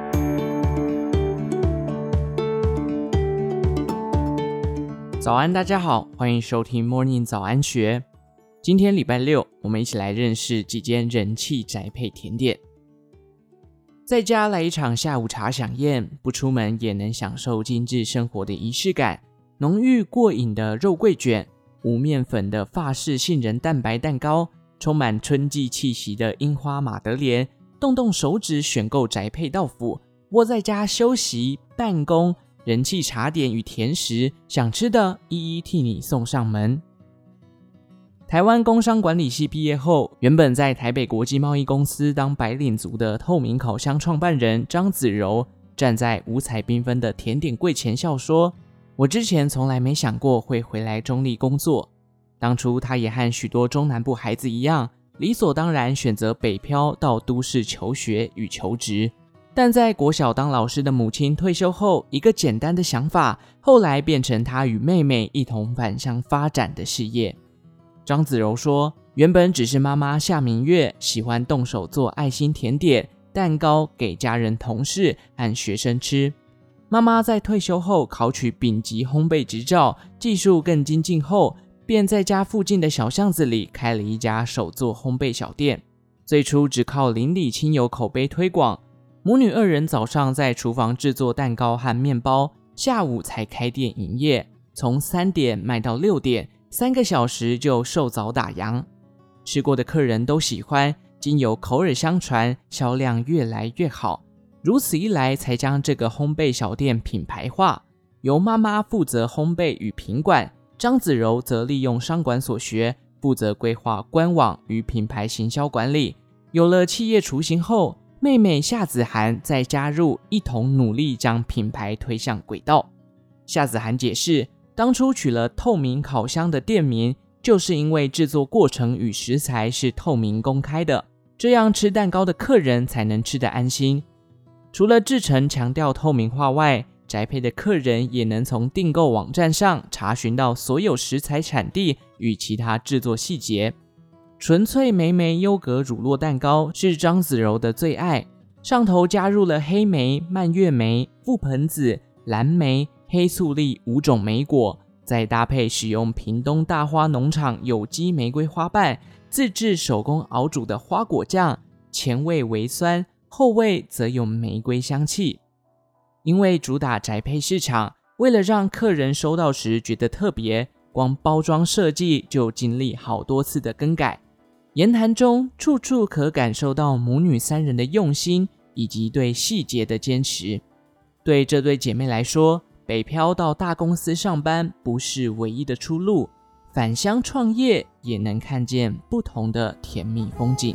早安，大家好，欢迎收听 Morning 早安学。今天礼拜六，我们一起来认识几间人气宅配甜点。在家来一场下午茶飨宴，不出门也能享受精致生活的仪式感。浓郁过瘾的肉桂卷，无面粉的法式杏仁蛋白蛋糕，充满春季气息的樱花马德莲，动动手指选购宅配到府，窝在家休息办公，人气茶点与甜食，想吃的一一替你送上门。台湾工商管理系毕业后，原本在台北国际贸易公司当白领族的透明烤箱创办人张子柔，站在五彩缤纷的甜点柜前笑说，我之前从来没想过会回来中立工作。当初他也和许多中南部孩子一样，理所当然选择北漂到都市求学与求职。但在国小当老师的母亲退休后，一个简单的想法，后来变成他与妹妹一同返乡发展的事业。张子柔说，原本只是妈妈夏明月喜欢动手做爱心甜点、蛋糕给家人、同事和学生吃。妈妈在退休后考取丙级烘焙执照，技术更精进后，便在家附近的小巷子里开了一家手作烘焙小店。最初只靠邻里亲友口碑推广，母女二人早上在厨房制作蛋糕和面包，下午才开店营业，从3点卖到6点，3个小时就售早打烊。吃过的客人都喜欢，经由口耳相传，销量越来越好。如此一来，才将这个烘焙小店品牌化，由妈妈负责烘焙与品管，张子柔则利用商管所学，负责规划官网与品牌行销管理。有了企业雏形后，妹妹夏子涵再加入，一同努力将品牌推向轨道。夏子涵解释，当初取了透明烤箱的店名，就是因为制作过程与食材是透明公开的，这样吃蛋糕的客人才能吃得安心。除了制程强调透明化外，宅配的客人也能从订购网站上查询到所有食材产地与其他制作细节。纯粹莓莓优格乳酪蛋糕是张子柔的最爱，上头加入了黑莓、蔓越莓、覆盆子、蓝莓、黑醋栗5种莓果，再搭配使用屏东大花农场有机玫瑰花瓣，自制手工熬煮的花果酱，前味微酸，后味则有玫瑰香气。因为主打宅配市场，为了让客人收到时觉得特别，光包装设计就经历好多次的更改。言谈中处处可感受到母女3人的用心以及对细节的坚持。对这对姐妹来说，北漂到大公司上班不是唯一的出路，返乡创业也能看见不同的甜蜜风景。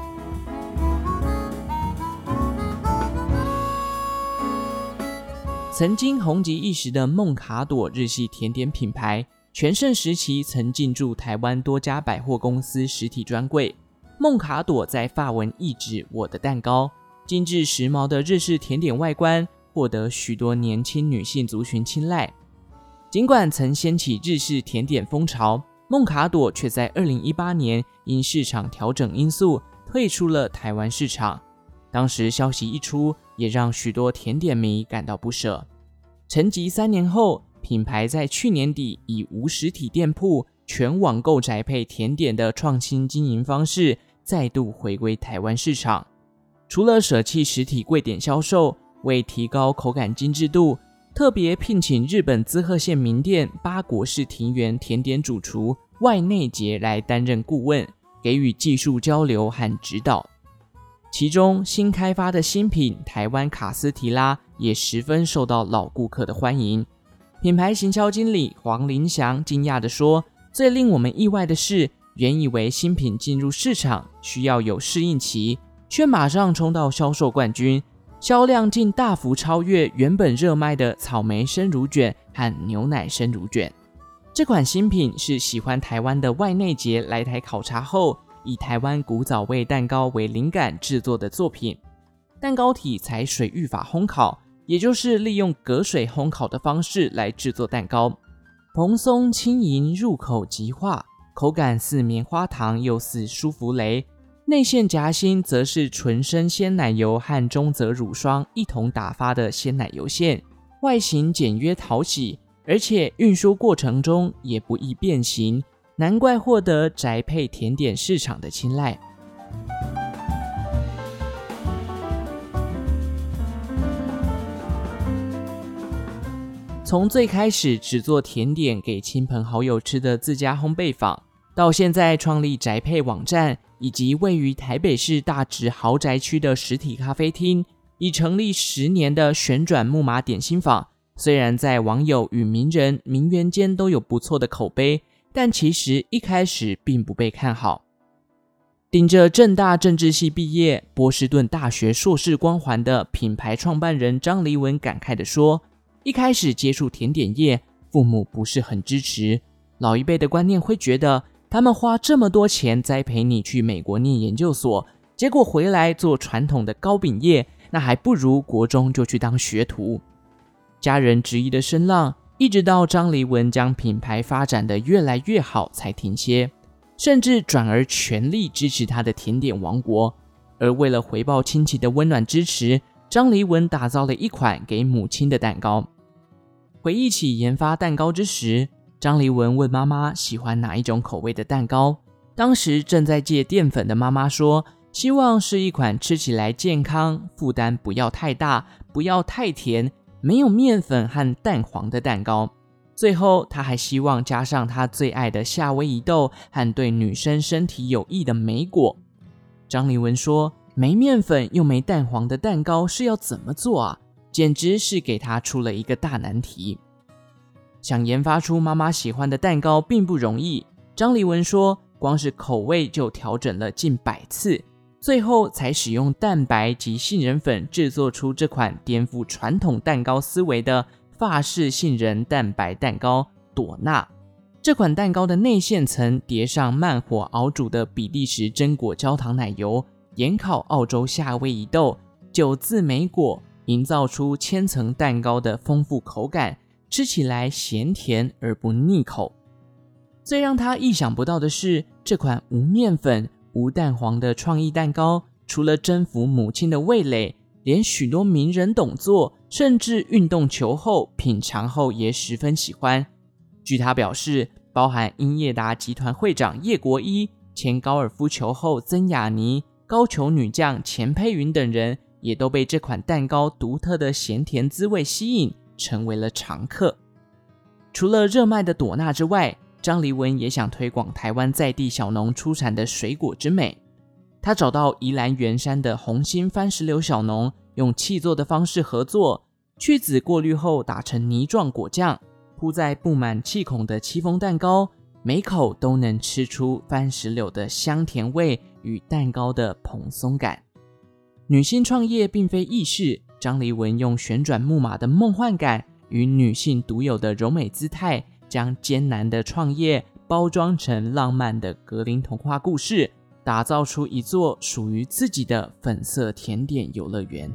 曾经红极一时的梦卡朵日系甜点品牌，全盛时期曾进驻台湾多家百货公司实体专柜。梦卡朵在法文意指我的蛋糕，精致时髦的日式甜点外观获得许多年轻女性族群青睐。尽管曾掀起日式甜点风潮，梦卡朵却在2018年因市场调整因素退出了台湾市场。当时消息一出，也让许多甜点迷感到不舍。沉寂3年后，品牌在去年底以无实体店铺、全网购宅配甜点的创新经营方式，再度回归台湾市场。除了舍弃实体柜点销售，为提高口感精致度，特别聘请日本滋贺县名店八国式庭园甜点主厨外内杰来担任顾问，给予技术交流和指导。其中新开发的新品台湾卡斯提拉也十分受到老顾客的欢迎。品牌行销经理黄林祥惊讶地说，最令我们意外的是，原以为新品进入市场需要有适应期，却马上冲到销售冠军，销量竟大幅超越原本热卖的草莓生乳卷和牛奶生乳卷。这款新品是喜欢台湾的外内杰来台考察后，以台湾古早味蛋糕为灵感制作的作品。蛋糕体采水浴法烘烤，也就是利用隔水烘烤的方式来制作蛋糕，蓬松轻盈，入口即化，口感似棉花糖又似舒芙蕾。 内馅夹心则是纯生鲜奶油和中泽乳霜一同打发的鲜奶油馅，外形简约讨喜，而且运输过程中也不易变形，难怪获得宅配甜点市场的青睐。从最开始只做甜点给亲朋好友吃的自家烘焙坊，到现在创立宅配网站，以及位于台北市大直豪宅区的实体咖啡厅，已成立10年的旋转木马点心坊，虽然在网友与名人名媛间都有不错的口碑，但其实一开始并不被看好。顶着政大政治系毕业、波士顿大学硕士光环的品牌创办人张黎文感慨地说，一开始接触甜点业，父母不是很支持，老一辈的观念会觉得他们花这么多钱栽培你去美国念研究所，结果回来做传统的糕饼业，那还不如国中就去当学徒。家人质疑的声浪，一直到张黎文将品牌发展得越来越好才停歇，甚至转而全力支持他的甜点王国。而为了回报亲戚的温暖支持，张黎文打造了一款给母亲的蛋糕。回忆起研发蛋糕之时，张黎文问妈妈喜欢哪一种口味的蛋糕，当时正在戒淀粉的妈妈说，希望是一款吃起来健康、负担不要太大、不要太甜、没有面粉和蛋黄的蛋糕。最后她还希望加上她最爱的夏威夷豆和对女生身体有益的莓果。张黎文说，没面粉又没蛋黄的蛋糕是要怎么做啊？简直是给她出了一个大难题。想研发出妈妈喜欢的蛋糕并不容易，张黎文说，光是口味就调整了近100次，最后才使用蛋白及杏仁粉制作出这款颠覆传统蛋糕思维的法式杏仁蛋白蛋糕朵娜。这款蛋糕的内馅层叠上慢火熬煮的比利时榛果焦糖奶油，盐烤澳洲夏威夷豆，9字莓果，营造出千层蛋糕的丰富口感，吃起来咸甜而不腻口。最让他意想不到的是，这款无面粉、无蛋黄的创意蛋糕，除了征服母亲的味蕾，连许多名人懂做，甚至运动球后品尝后也十分喜欢。据他表示，包含英业达集团会长叶国一、前高尔夫球后曾雅妮、高球女将钱佩云等人，也都被这款蛋糕独特的咸甜滋味吸引，成为了常客。除了热卖的朵娜之外，张黎文也想推广台湾在地小农出产的水果之美。他找到宜兰圆山的红心番石榴小农，用气做的方式合作，去籽过滤后打成泥状果酱，铺在布满气孔的戚风蛋糕，每口都能吃出番石榴的香甜味与蛋糕的蓬松感。女性创业并非易事，张黎文用旋转木马的梦幻感与女性独有的柔美姿态，将艰难的创业包装成浪漫的格林童话故事，打造出一座属于自己的粉色甜点游乐园。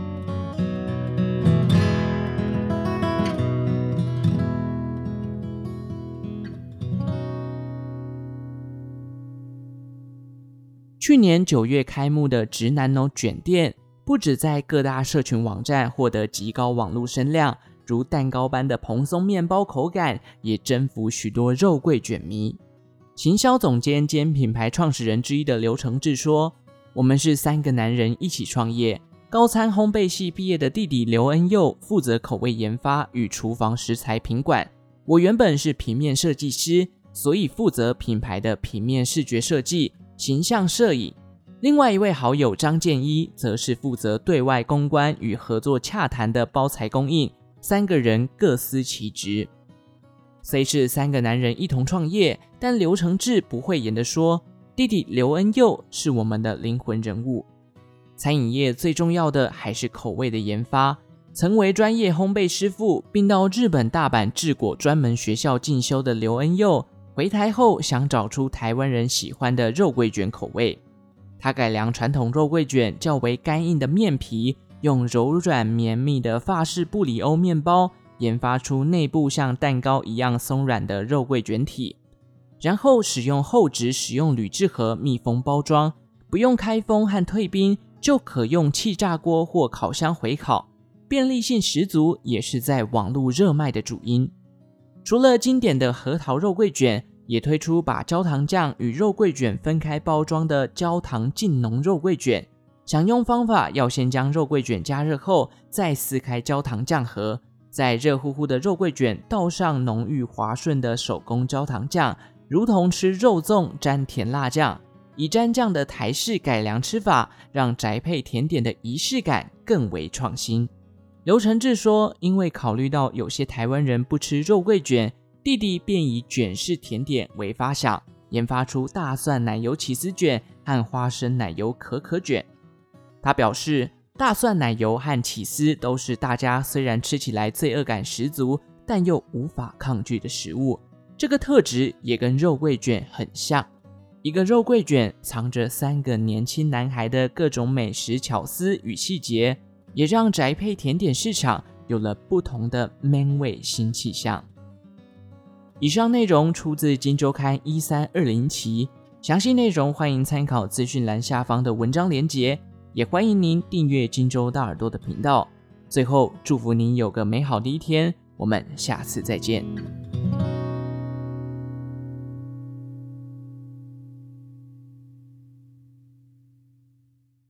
去年9月开幕的直男农卷店，不止在各大社群网站获得极高网络声量，如蛋糕般的蓬松面包口感，也征服许多肉桂卷迷。行销总监兼品牌创始人之一的刘承志说，我们是3个男人一起创业，高餐烘焙系毕业的弟弟刘恩佑负责口味研发与厨房食材品管，我原本是平面设计师，所以负责品牌的平面视觉设计、形象摄影。另外一位好友张建一则是负责对外公关与合作洽谈的包材供应，3个人各司其职。虽是3个男人一同创业，但刘承志不讳言地说，弟弟刘恩佑是我们的灵魂人物。餐饮业最重要的还是口味的研发，曾为专业烘焙师傅，并到日本大阪制果专门学校进修的刘恩佑，回台后想找出台湾人喜欢的肉桂卷口味。他改良传统肉桂卷较为干硬的面皮，用柔软绵密的法式布里欧面包研发出内部像蛋糕一样松软的肉桂卷体，然后使用厚质食用铝制盒密封包装， 不用开封和退冰，就可用气炸锅或烤箱回烤，便利性十足，也是在网络热卖的主因。除了经典的核桃肉桂卷，也推出把焦糖酱与肉桂卷分开包装的焦糖劲浓肉桂卷。享用方法要先将肉桂卷加热后，再撕开焦糖酱盒，在热乎乎的肉桂卷倒上浓郁滑顺的手工焦糖酱，如同吃肉粽沾甜辣酱。以蘸酱的台式改良吃法，让宅配甜点的仪式感更为创新。刘承志说，因为考虑到有些台湾人不吃肉桂卷，弟弟便以卷式甜点为发想，研发出大蒜奶油起司卷和花生奶油可可卷。他表示，大蒜奶油和起司都是大家虽然吃起来罪恶感十足，但又无法抗拒的食物，这个特质也跟肉桂卷很像。一个肉桂卷藏着3个年轻男孩的各种美食巧思与细节，也让宅配甜点市场有了不同的 man 味新气象。以上内容出自《今周刊》1320期，详细内容欢迎参考资讯栏下方的文章连结，也欢迎您订阅荆州大耳朵的频道。最后，祝福您有个美好的一天，我们下次再见。